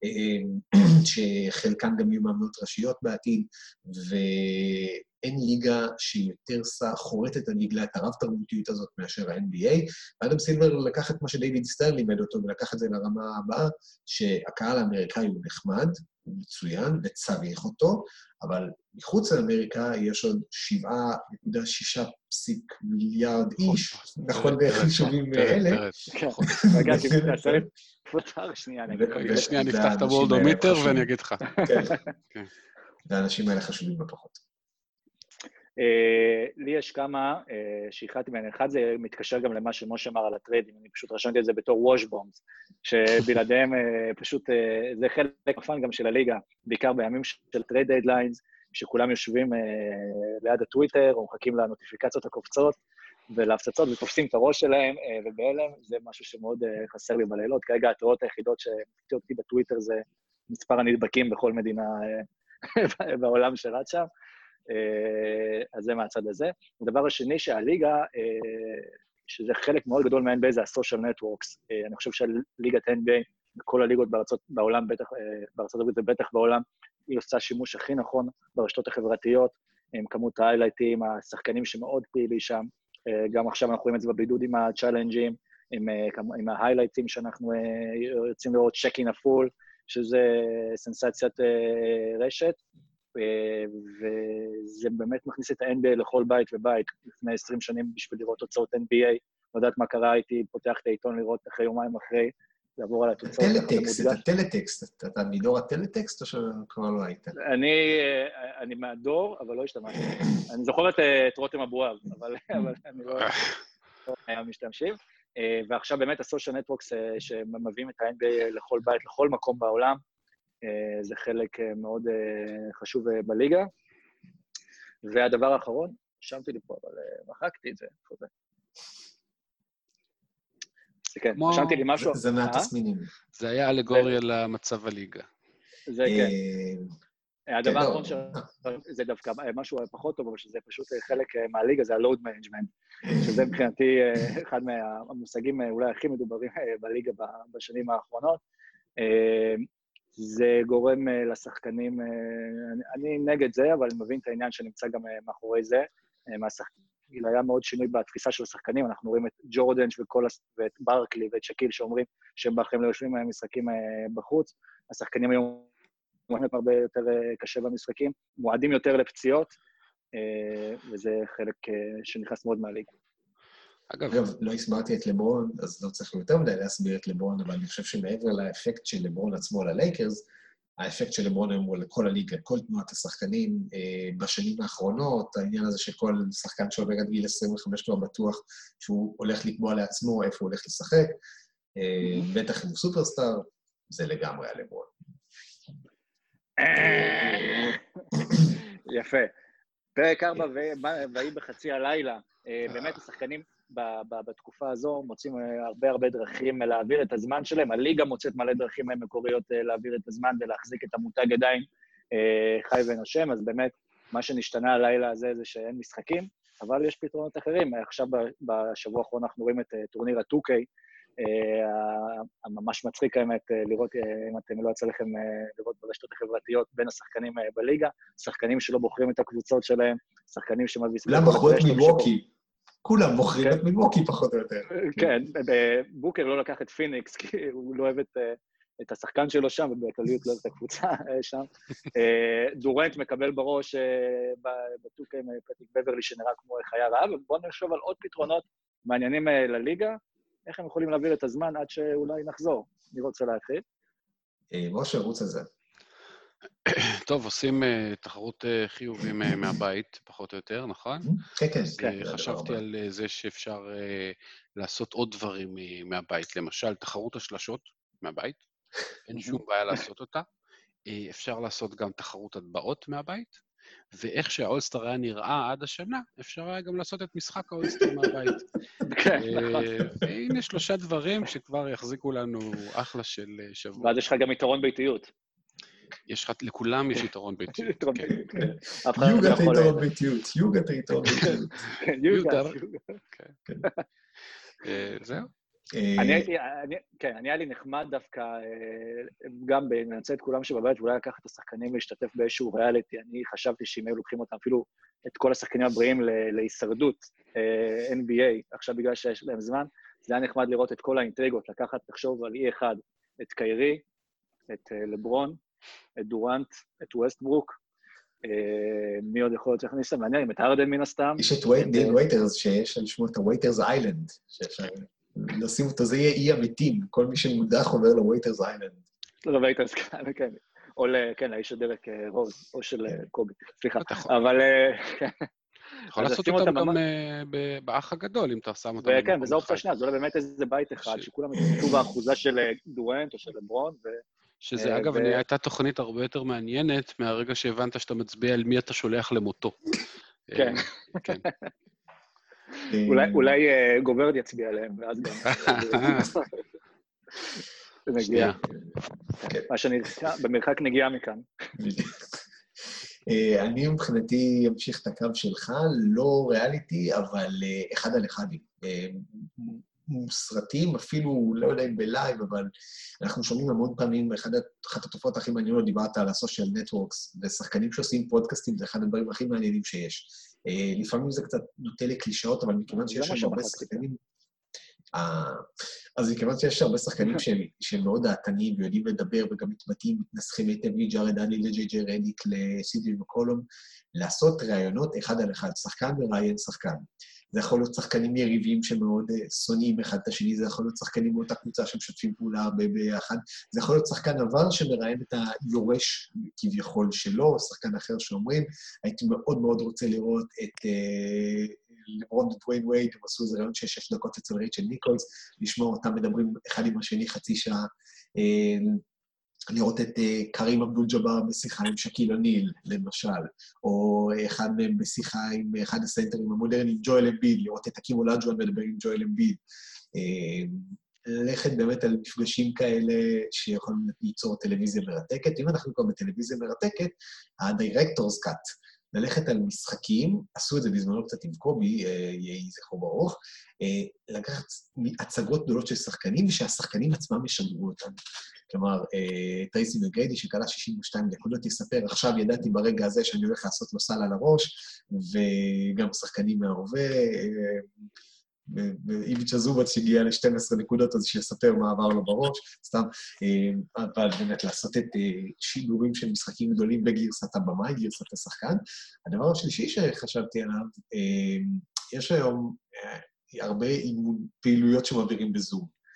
שחלקן גם יהיו מאמנות ראשיות בעתיד, ואין ליגה שהיא יותר חורטת על דגלה את הרב-תרבותיות הזאת מאשר ה-אן בי איי, ואדם סילבר לקח את מה שדייוויד סטרן לימד אותו, ולקח את זה לרמה הבאה, שהקהל האמריקאי הוא נחמד, הוא מצוין, וצריך אותו, אבל מחוץ לאמריקה יש עוד שבעה נקודה שישה מיליארד איש, נכון בחישובים אלה. רגע, תעשה לי פוטר, שנייה, אני אגיד לך. שנייה, נפתח את הוולדומיטר ואני אגיד לך. והאנשים האלה חשובים בפחות. לי יש כמה שהחלטתי מהן, אחד זה מתקשר גם למה שמשה אמר על הטריידים, אני פשוט רשמתי את זה בתור וושבומס, שבלעדיהם פשוט, זה חלק מפן גם של הליגה, בעיקר בימים של טרייד דיידליינס, שכולם יושבים ליד הטוויטר, או מחכים לנוטיפיקציות הקופצות, ולהפצצות, ותופסים את הראש שלהם, ובהלם זה משהו שמאוד חסר לי בלילות, כרגע התראות היחידות שמפתיע אותי בטוויטר זה מספר הנדבקים בכל מדינה בעולם שרץ שם, אז זה מהצד הזה. הדבר השני שהליגה, שזה חלק מאוד גדול מה-אן בי איי, זה ה-social networks. אני חושב שהליגת ה-אן בי איי, בכל הליגות בארצות, בעולם, בטח, בארצות הברית ובטח בעולם, היא עושה שימוש הכי נכון ברשתות החברתיות, עם כמות ההיילייטים, השחקנים שמאוד פעילים שם, גם עכשיו אנחנו רואים את זה בבידוד עם הצ'אלנג'ים, עם, עם ההיילייטים שאנחנו יוצאים לראות check in a full, שזה סנסציית רשת, וזה באמת מכניס את ה-אן בי איי לכל בית ובית, לפני עשרים שנים בשביל לראות תוצאות אן בי איי, לדעת מה קרה, הייתי פותח את העיתון לראות אחרי יומיים אחרי, לעבור על התוצאות. הטלטקסט, את הטלטקסט, אתה מדור הטלטקסט או שכבר לא היית? אני מהדור, אבל לא השתמשתי. אני זוכר את רותם אבואב, אבל אני לא היה משתמשים. ועכשיו באמת הסושיאל נטוורקס שמביאים את ה-אן בי איי לכל בית, לכל מקום בעולם, זה חלק מאוד חשוב בליגה. והדבר האחרון, שמתי לי פה, אבל מחקתי את זה. זה כן, שמתי לי משהו. זה מהתסמינים. זה היה אלגוריה למצב הליגה. זה כן. הדבר האחרון זה דווקא משהו פחות טוב, אבל שזה פשוט חלק מהליגה, זה ה-load management, שזה מבחינתי אחד מהמושגים אולי הכי מדוברים בליגה בשנים האחרונות. זה גורם לשחקנים, אני נגד זה, אבל אני מבין את העניין שנמצא גם מאחורי זה, היה מאוד שינוי בתפיסה של השחקנים, אנחנו רואים את ג'ורדן ואת ברקלי ואת שקיל שאומרים שהם באחרים לא יושבים משחקים בחוץ, השחקנים היום מועדים הרבה יותר קשה במשחקים, מועדים יותר לפציעות, וזה חלק שנכנס מאוד מהליגה. אגב, לא הסברתי את לברון, אז לא צריך יותר מדי להסביר את לברון, אבל אני חושב שמעבר לאפקט של לברון עצמו ללייקרס, האפקט של לברון היום הוא לכל הליגה, כל תנועת השחקנים בשנים האחרונות, העניין הזה שכל שחקן שעובר עד גיל עשרים וחמש כבר בטוח שהוא הולך לקבוע לעצמו איפה הוא הולך לשחק, בטח אם הוא סופרסטאר, זה לגמרי על לברון. יפה. פרק ארבע והיא בחצי הלילה. באמת השחקנים בתקופה הזו מוצאים הרבה הרבה דרכים להעביר את הזמן שלהם. הליגה מוצאת מלא דרכים מקוריות להעביר את הזמן ולהחזיק את המותג ידיים חי ונושם, אז באמת מה שנשתנה הלילה הזה זה שאין משחקים, אבל יש פתרונות אחרים. עכשיו בשבוע האחרון אנחנו רואים את טורניר ה-טו קיי, הממש מצחיק האמת לראות, אם אתם לא יצא לכם לראות ברשתות החברתיות בין השחקנים בליגה, שחקנים שלא בוחרים את הקבוצות שלהם, שחקנים שמביסים... כולם בחרו את מילווקי. כולם בוחרים את מילווקי פחות או יותר. כן, בוקר לא לקח את פיניקס, כי הוא לא אוהב את השחקן שלו שם, ובכלליות לא אוהב את הקבוצה שם. דורנט מקבל בראש בטו קיי פטריק בברלי שנראה כמו חיה רעב, ובואו נחשוב על עוד פתרונות מעניינים לליגה, איך הם יכולים להעביר את הזמן עד שאולי נחזור. אני רוצה להתחיל. משה, רוץ על זה. טוב, עושים תחרות חיובים מהבית, פחות או יותר, נכון? כן, כן. חשבתי על זה שאפשר לעשות עוד דברים מהבית, למשל, תחרות השלשות מהבית, אין שום בעיה לעשות אותה. אפשר לעשות גם תחרות הטבעות מהבית, ואיך שהאולסטר היה נראה עד השנה, אפשר היה גם לעשות את משחק האולסטר מהבית. והנה שלושה דברים שכבר יחזיקו לנו אחלה של שבוע. ואז יש לך גם יתרון ביתיות. יש לך, לכולם יש יתרון ביתיות. יוגה את היתרון ביתיות, יוגה את היתרון ביתיות. יוגה. זהו. כן, אני היה לי נחמד דווקא, גם בנצא את כולם שבבית, ואולי לקחת את השחקנים להשתתף באיזשהו ריאליטי. אני חשבתי שאם היו לוקחים אותם אפילו את כל השחקנים הבריאים להישרדות, אן בי איי, עכשיו בגלל שיש להם זמן, זה היה נחמד לראות את כל האינטריגות, לקחת, תחשוב על אי אחד, את קיירי, את לברון, את דורנט, את ווסטברוק, מי עוד יכול להיות להכניס להם? מעניין, את הרדן מן הסתם. יש את דיין וייטרס, שיש על שמו את הווייטרס איילנד, שאפשר לשים אותו, זה יהיה אי המתים, כל מי שמודח עובר לווייטרס איילנד. לווייטרס, כן, או כן, לאיש הדרק רוז, או של קובי, סליחה, אבל... יכול לעשות אותם גם באח הגדול, אם אתה שם אותם... כן, וזו אופציה שנייה, זה אולי באמת איזה בית אחד, שכולם יתקצו באחוזה של דורנט או של לברון, ו... שזה, אגב, הייתה תוכנית הרבה יותר מעניינת מהרגע שהבנת שאתה מצביע על מי אתה שולח למותו. כן. אולי גוברד יצביע עליהם, ואז גם... נגיע. מה שנראה, במרחק נגיעה מכאן. אני מבחינתי אמשיך את הקו שלך, לא ריאליטי, אבל אחד על אחד. סרטים, אפילו, לא יודע אם בלייב, אבל אנחנו שומעים המון פעמים, אחת התופעות הכי מעניינות, דיברת על הסושיאל נטוורקס, ושחקנים שעושים פודקאסטים, זה אחד הדברים הכי מעניינים שיש. לפעמים זה קצת נוטה לקלישאות, אבל מכיוון שיש שם הרבה שחקנים, אז מכיוון שיש הרבה שחקנים שהם מאוד דעתניים, ויודעים לדבר, וגם מתבטאים, מתנסחים היטב מג'ארד אלי לג'יי ג'יי רדיק לסידי וקולום, לעשות ראיונות אחד על אחד, שחקן וראיין שחקן. זה יכול להיות שחקנים יריבים שמאוד שונאים אחד את השני, זה יכול להיות שחקנים מאותה קבוצה שמשתפים פעולה ביחד, זה יכול להיות שחקן עבר שמראיין את היורש כביכול שלו, או שחקן אחר שאומרים, הייתי מאוד מאוד רוצה לראות את לברון ודוויין וייד, הם עשו איזה ראיון של שש דקות אצל רייצ'ל ניקולס, לשמוע אותם מדברים אחד עם השני חצי שעה, לראות את קרים אבדול ג'אבר בשיחה עם שקיל אוניל, למשל, או אחד מהם בשיחה עם אחד הסנטרים המודרניים, ג'ואל אמביד, לראות את הקים אולג'ואן מדבר עם ג'ואל אמביד. ללכת באמת על מפגשים כאלה שיכולים ליצור טלוויזיה מרתקת. אם אנחנו כבר בטלוויזיה מרתקת, הדירקטורס קאט, ללכת על משחקים, עשו את זה בזמנו קצת עם קובי, יהי זכרו ברוך, לקחת הצגות גדולות של שחקנים, ושהשחקנים עצמם ישדרו אותם. כלומר, טרייסי מגריידי שקלה שישים ושתיים נקודות, יספר, עכשיו ידעתי ברגע הזה שאני הולך לעשות לו סל על הראש, וגם שחקנים מההווה, ואיביץ' הזובץ שהגיע ל-שתים עשרה נקודות, אז שיספר מה עבר לו בראש, סתם, אבל באמת לעשות את שידורים של משחקים גדולים בגרסת הבמאי, גרסת השחקן. הדבר השלישי שחשבתי עליו, יש היום הרבה פעילויות שמעבירים בזום.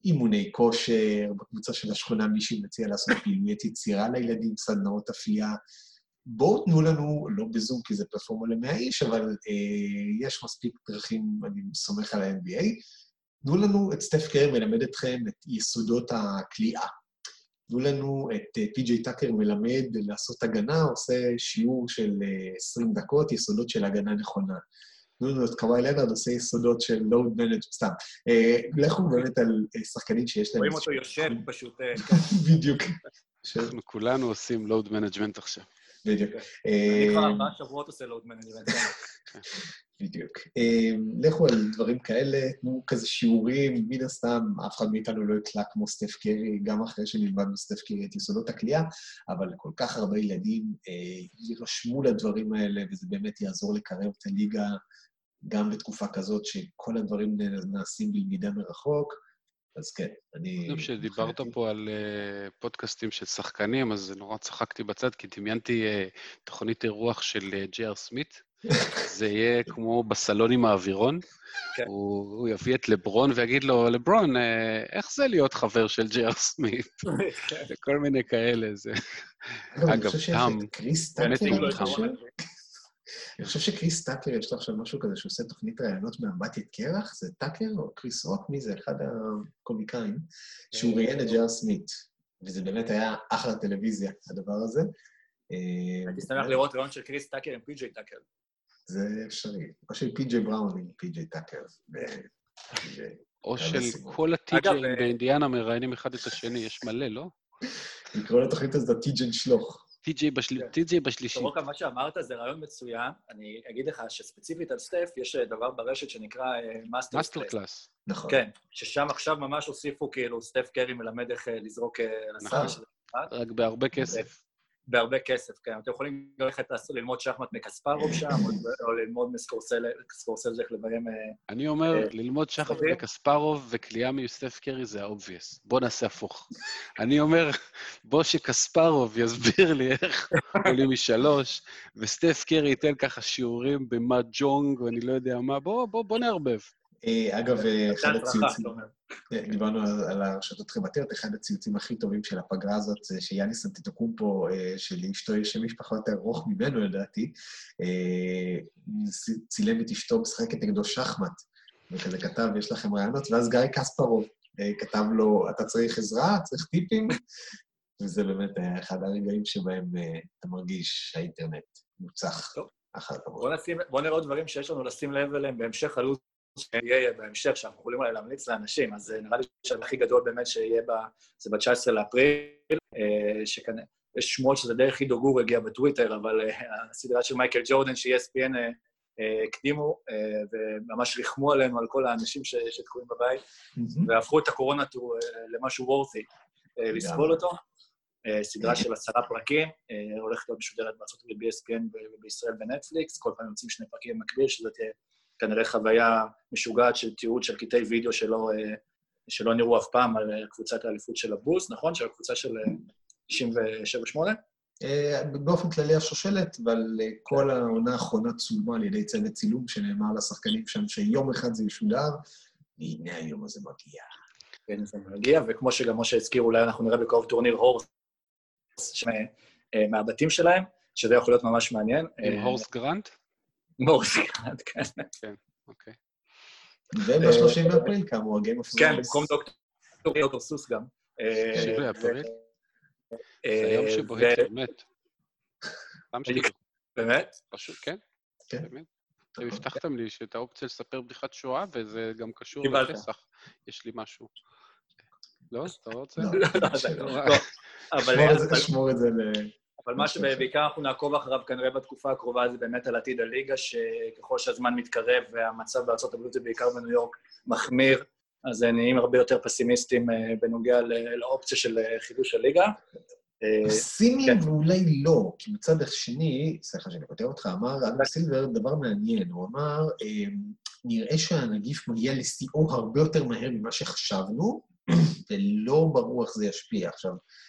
אימוני כושר, בקבוצה של השכונה מישהי מציע לעשות פעילויות יצירה לילדים, סדנאות אפייה. בואו תנו לנו, לא בזום כי זה פלטפורמה למאה איש, אבל אה, יש מספיק דרכים, אני סומך על ה-אן בי איי, תנו לנו את סטף קרי מלמד אתכם את יסודות הכליאה. תנו לנו את פי ג'יי טאקר מלמד לעשות הגנה, עושה שיעור של עשרים דקות, יסודות של הגנה נכונה. תנו לנו את קוואי לנארד, עושה יסודות של לואוד מנג' סתם. לכו באמת על שחקנים שיש להם... רואים אותו יושב פשוט. בדיוק. אנחנו כולנו עושים לואוד מנג'מנט עכשיו. בדיוק. אני כבר ארבעה שבועות עושה לואוד מנג'מנט. בדיוק. לכו על דברים כאלה, תנו כזה שיעורים, מן הסתם, אף אחד מאיתנו לא יקלע כמו סטף קרי, גם אחרי שנלמד מסטף קרי את יסודות הכלייה, אבל כל כך הרבה ילדים יירשמו לדברים האלה, וזה באמת יעזור לקרב את הליגה, גם בתקופה כזאת שכל הדברים נעשים בלמידה מרחוק, אז כן, אני... אני חושב שדיברת פה על פודקאסטים של שחקנים, אז נורא צחקתי בצד, כי דמיינתי תוכנית אירוח של ג'י אר סמית, זה יהיה כמו בסלון עם האווירון, הוא יביא את לברון ויגיד לו, לברון, איך זה להיות חבר של ג'י אר סמית? וכל מיני כאלה, זה... אגב, תם, באמת עם תם. אני חושב שקריס טאקר, יש לו עכשיו משהו כזה שעושה תוכנית רעיונות מאמבטית קרח, זה טאקר או קריס רוק, מי זה? אחד הקומיקאים, שהוא ראיין את ג'י אר סמית, וזה באמת היה אחלה טלוויזיה, הדבר הזה. הייתי שמח לראות רעיון של קריס טאקר עם פי ג'יי טאקר. זה אפשרי. או של פי ג'יי בראון עם פי ג'יי טאקר. או של כל הטי-ג'יים באינדיאנה מראיינים אחד את השני, יש מלא, לא? לקרוא לתוכנית הזאת טי-ג'יי שלוך. טי-ג'יי בשלישית. תראו מה שאמרת, זה רעיון מצוין. אני אגיד לך שספציפית על סטף, יש דבר ברשת שנקרא מאסטר קלאס. נכון. כן, ששם עכשיו ממש הוסיפו, כאילו, סטף קרי מלמד איך לזרוק לסל. רק בהרבה כסף. בהרבה כסף, כן. אתם יכולים ללכת ללמוד שחמט מקספרוב שם, או ללמוד מסקורסל, איך לביים... אני אומר, ללמוד שחמט מקספרוב וקליעה מיוסטף קרי זה האובייס. בוא נעשה הפוך. אני אומר, בוא שקספרוב יסביר לי איך עולים משלוש, וסטף קרי ייתן ככה שיעורים במאג'ונג, ואני לא יודע מה, בוא נערבב. אגב, אחד הציוצים, דיברנו על הרשתות חברתיות, אחד הציוצים הכי טובים של הפגרה הזאת, זה שיאניס אנטטוקומפו, של אשתו יש שם משפחה יותר ארוך ממנו, לדעתי, צילם את אשתו משחקת נגדו שחמט, וכזה כתב, יש לכם רעיונות, ואז גיא קספרוב כתב לו, אתה צריך עזרה, צריך טיפים, וזה באמת אחד הרגעים שבהם אתה מרגיש שהאינטרנט מוצח. בוא נראה עוד דברים שיש לנו לשים לב אליהם בהמשך הלו"ז, שיהיה בהמשך, שאנחנו יכולים אולי להמליץ לאנשים, אז נראה לי שהכי גדול באמת שיהיה בה, זה ב-תשעה עשר לאפריל, שכאן יש שמועות שזה דרך עידו גור הגיע בטוויטר, אבל הסדרה של מייקל ג'ורדן, ש-אי אס פי אן הקדימו, וממש ריחמו עלינו, על כל האנשים שתקועים בבית, והפכו את הקורונה למשהו וורתי, לסבול אותו. סדרה של עשרה פרקים, הולכת להיות משודרת בארצות הברית ב-אי אס פי אן ובישראל בנטפליקס, כל פעם יוצאים שני פרקים במקביל, שזה תהיה כנראה חוויה משוגעת של תיעוד של קטעי וידאו שלא, שלא נראו אף פעם על קבוצת האליפות של הבוס, נכון? של הקבוצה של תשעים ושבע שמונה? באופן כללי השושלת, אבל כל העונה האחרונה צולמה על ידי צוות צילום, שנאמר לשחקנים שם שיום אחד זה ישודר, והנה היום הזה מגיע. כן, זה מגיע, וכמו שגם משה הזכיר, אולי אנחנו נראה בקרוב טורניר הורס מהבתים שלהם, שזה יכול להיות ממש מעניין. עם הורס גרנט? הורס גרנט, כן. כן, אוקיי. וב-שלושים באפריל, כאמור, הגיים אוף כן, במקום דוקטור סוס גם. שלושים באפריל? זה היום שבו היטלר מת. באמת? פשוט, כן. באמת. אתם הבטחתם לי שאת האופציה לספר בדיחת שואה, וזה גם קשור לפסח. יש לי משהו. לא? אתה לא רוצה? לא, שמור את זה ל... אבל מה שבעיקר אנחנו נעקוב אחריו כנראה בתקופה הקרובה זה באמת על עתיד הליגה, שככל שהזמן מתקרב והמצב בארצות הברית ובעיקר בניו יורק מחמיר, אז נהיים הרבה יותר פסימיסטים בנוגע לאופציה של חידוש הליגה. פסימיים ואולי לא, כי מצד השני, סליחה שאני כותב אותך, אמר אדם סילבר דבר מעניין, הוא אמר, נראה שהנגיף מגיע לשיאו הרבה יותר מהר ממה שחשבנו, ולא ברור איך זה ישפיע. עכשיו,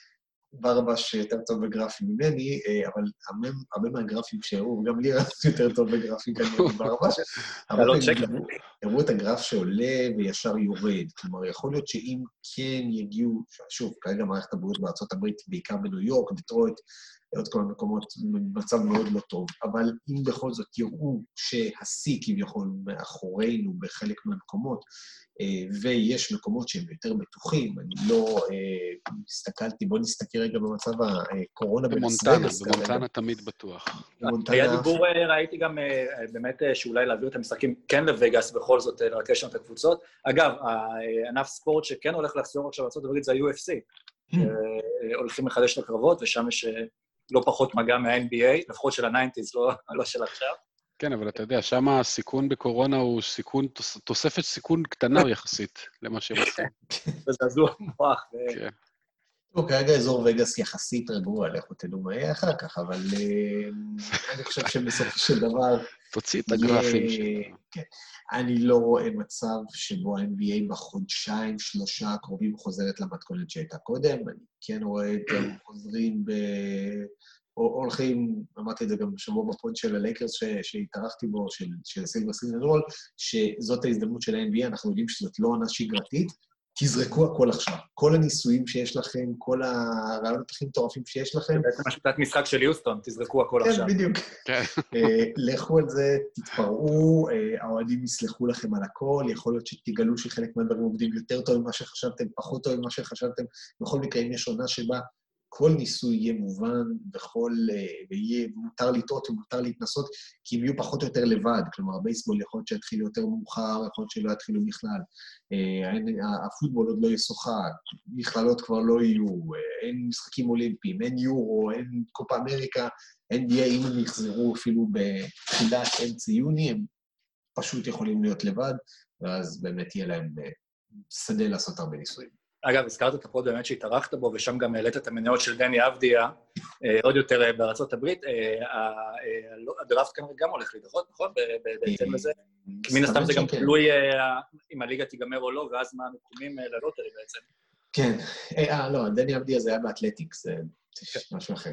ברבש יותר טוב בגרפים ממני, אבל הרבה מהגרפים שהראו, וגם לי יותר טוב בגרפים כאן ברבש, אבל הראו את הגרף שעולה וישר יורד. כלומר, יכול להיות שאם כן יגיעו, שוב, כרגע מערכת הבריאות בארצות הברית, בעיקר בניו יורק, דטרויט, עוד כל מקומות במצב מאוד לא טוב, אבל אם בכל זאת יראו שהשיא כביכול מאחורינו בחלק מהמקומות, ויש מקומות שהם יותר בטוחים, אני לא הסתכלתי, בואו נסתכל רגע במצב הקורונה במונטנה, במונטנה תמיד בטוח. היה דיבור, ראיתי גם באמת שאולי להעביר את המשחקים כן לווגאס, בכל זאת לרכש שם את הקבוצות. אגב, הענף ספורט שכן הולך לחזור עכשיו בארצות הברית זה ה-יו אף סי. הולכים לחדש את הקרבות, ושם יש לא פחות מגע מה-אן בי איי, לפחות של ה-תשעים, לא של עכשיו. כן, אבל אתה יודע, שם הסיכון בקורונה הוא סיכון, תוספת סיכון קטנה יחסית למה שהם עושים. זה זעזוע מוח. כן. טוב, כרגע אזור וגאס יחסית רגוע, לכו תדעו מה יהיה אחר כך, אבל אני חושב שבסופו של דבר... תוציא את הגרפים שלנו. כן. אני לא רואה מצב שבו ה-אן בי איי בחודשיים, שלושה הקרובים חוזרת למתכונת שהייתה קודם. אני כן רואה את הם חוזרים ב... או הולכים, אמרתי את זה גם בשבוע בפוד של הלייקרס שהתארחתי בו, של סילבר סילבר, שזאת ההזדמנות של ה-אן בי איי, אנחנו יודעים שזאת לא עונה שגרתית, תזרקו הכל עכשיו. כל הניסויים שיש לכם, כל הרעיונות הכי מטורפים שיש לכם. זה בעצם השיטת משחק של יוסטון, תזרקו הכל עכשיו. כן, בדיוק. לכו על זה, תתפרעו, האוהדים יסלחו לכם על הכל, יכול להיות שתגלו שחלק מהדברים עובדים יותר טוב ממה שחשבתם, פחות טוב ממה שחשבתם. בכל מקרה, אם יש עונה שבה כל ניסוי יהיה מובן, וכל, ויהיה מותר לטעות ומותר להתנסות, כי הם יהיו פחות או יותר לבד. כלומר, הבייסבול יכול להיות שיתחילו יותר מאוחר, יכול להיות שלא יתחילו בכלל. הפוטבול עוד לא ישוחק, מכללות כבר לא יהיו, אין משחקים אולימפיים, אין יורו, אין קופה אמריקה, אין בי איי, אם הם יחזרו אפילו בתחילת אמצע יוני, הם פשוט יכולים להיות לבד, ואז באמת יהיה להם שדה לעשות הרבה ניסויים. אגב, הזכרת את הפוד באמת שהתארחת בו, ושם גם העלית את המניות של דני אבדיה, עוד יותר בארצות הברית. הדראפט כנראה גם הולך להידחות, נכון? בהתאם לזה. מן הסתם זה גם תלוי אם הליגה תיגמר או לא, ואז מה המקומים ללוטרי בעצם. כן. אה, לא, דני אבדיה זה היה באתלטיקס, זה משהו אחר.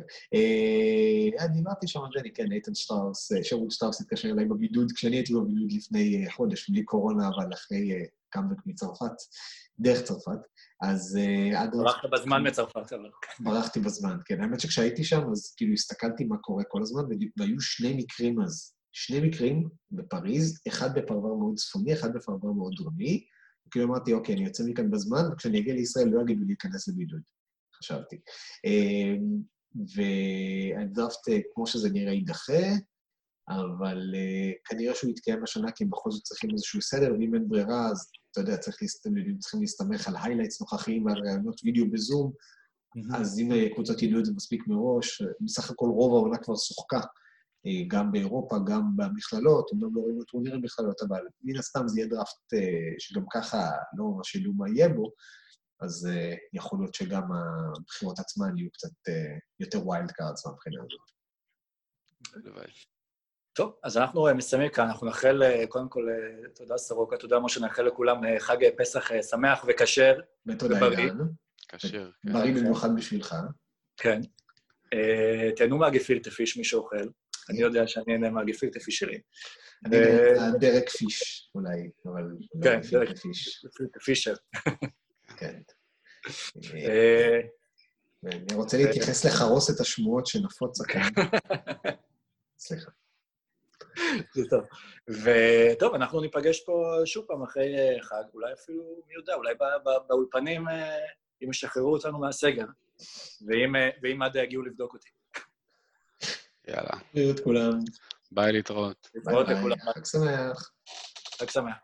אני אמרתי שם על דני, כן, איתן שטראוס, שרוד שטראוס התקשר אליי בבידוד, כשאני הייתי בבידוד לפני חודש, בלי קורונה, אבל אחרי קאמבק מצרפת, דרך צרפת, אז... ברחת בזמן מצרפת, אבל... ברחתי בזמן, כן. האמת שכשהייתי שם, אז כאילו הסתכלתי מה קורה כל הזמן, והיו שני מקרים אז. שני מקרים בפריז, אחד בפרבר מאוד צפוני, אחד בפרבר מאוד דרומי, וכאילו אמרתי, אוקיי, אני יוצא מכאן בזמן, וכשאני אגיע לישראל לא יגידו להיכנס לבידוד, חשבתי. והדראפט, כמו שזה נראה, יידחה, אבל כנראה שהוא יתקיים השנה, כי הם בכל זאת צריכים איזשהו סדר, ואם אין ברירה, אז אתה יודע, צריכים להסתמך על היילייטס נוכחיים ועל רעיונות וידאו בזום, אז אם קבוצות ידעו את זה מספיק מראש, בסך הכל רוב העונה כבר שוחקה, גם באירופה, גם במכללות, אומנם לא ראינו טורנירים במכללות, אבל מן הסתם זה יהיה דראפט שגם ככה לא ממש ידעו מה יהיה בו, אז יכול להיות שגם הבחירות עצמן יהיו קצת יותר ווילד קארדס מהבחינה הזאת. טוב, אז אנחנו מסיימים כאן, אנחנו נאחל, קודם כל, תודה סורוקה, תודה משה, נאחל לכולם חג פסח שמח וכשר. ותודה עידן. כשר. בריא במיוחד בשבילך. כן. תהנו מהגפילטה פיש, מי שאוכל. אני יודע שאני אהנה מהגפילטה פיש שלי. אני דרק פיש, אולי, אבל לא גפילטה פיש. גפילטה פישר. כן. אני רוצה להתייחס לחרוס את השמועות שנפוץ כאן. סליחה. זה טוב. וטוב, אנחנו ניפגש פה שוב פעם אחרי חג, אולי אפילו, מי יודע, אולי באולפנים, אם ישחררו אותנו מהסגר, ואם עד יגיעו לבדוק אותי. יאללה. בריאות כולם. ביי להתראות. להתראות לכולם. חג שמח. חג שמח.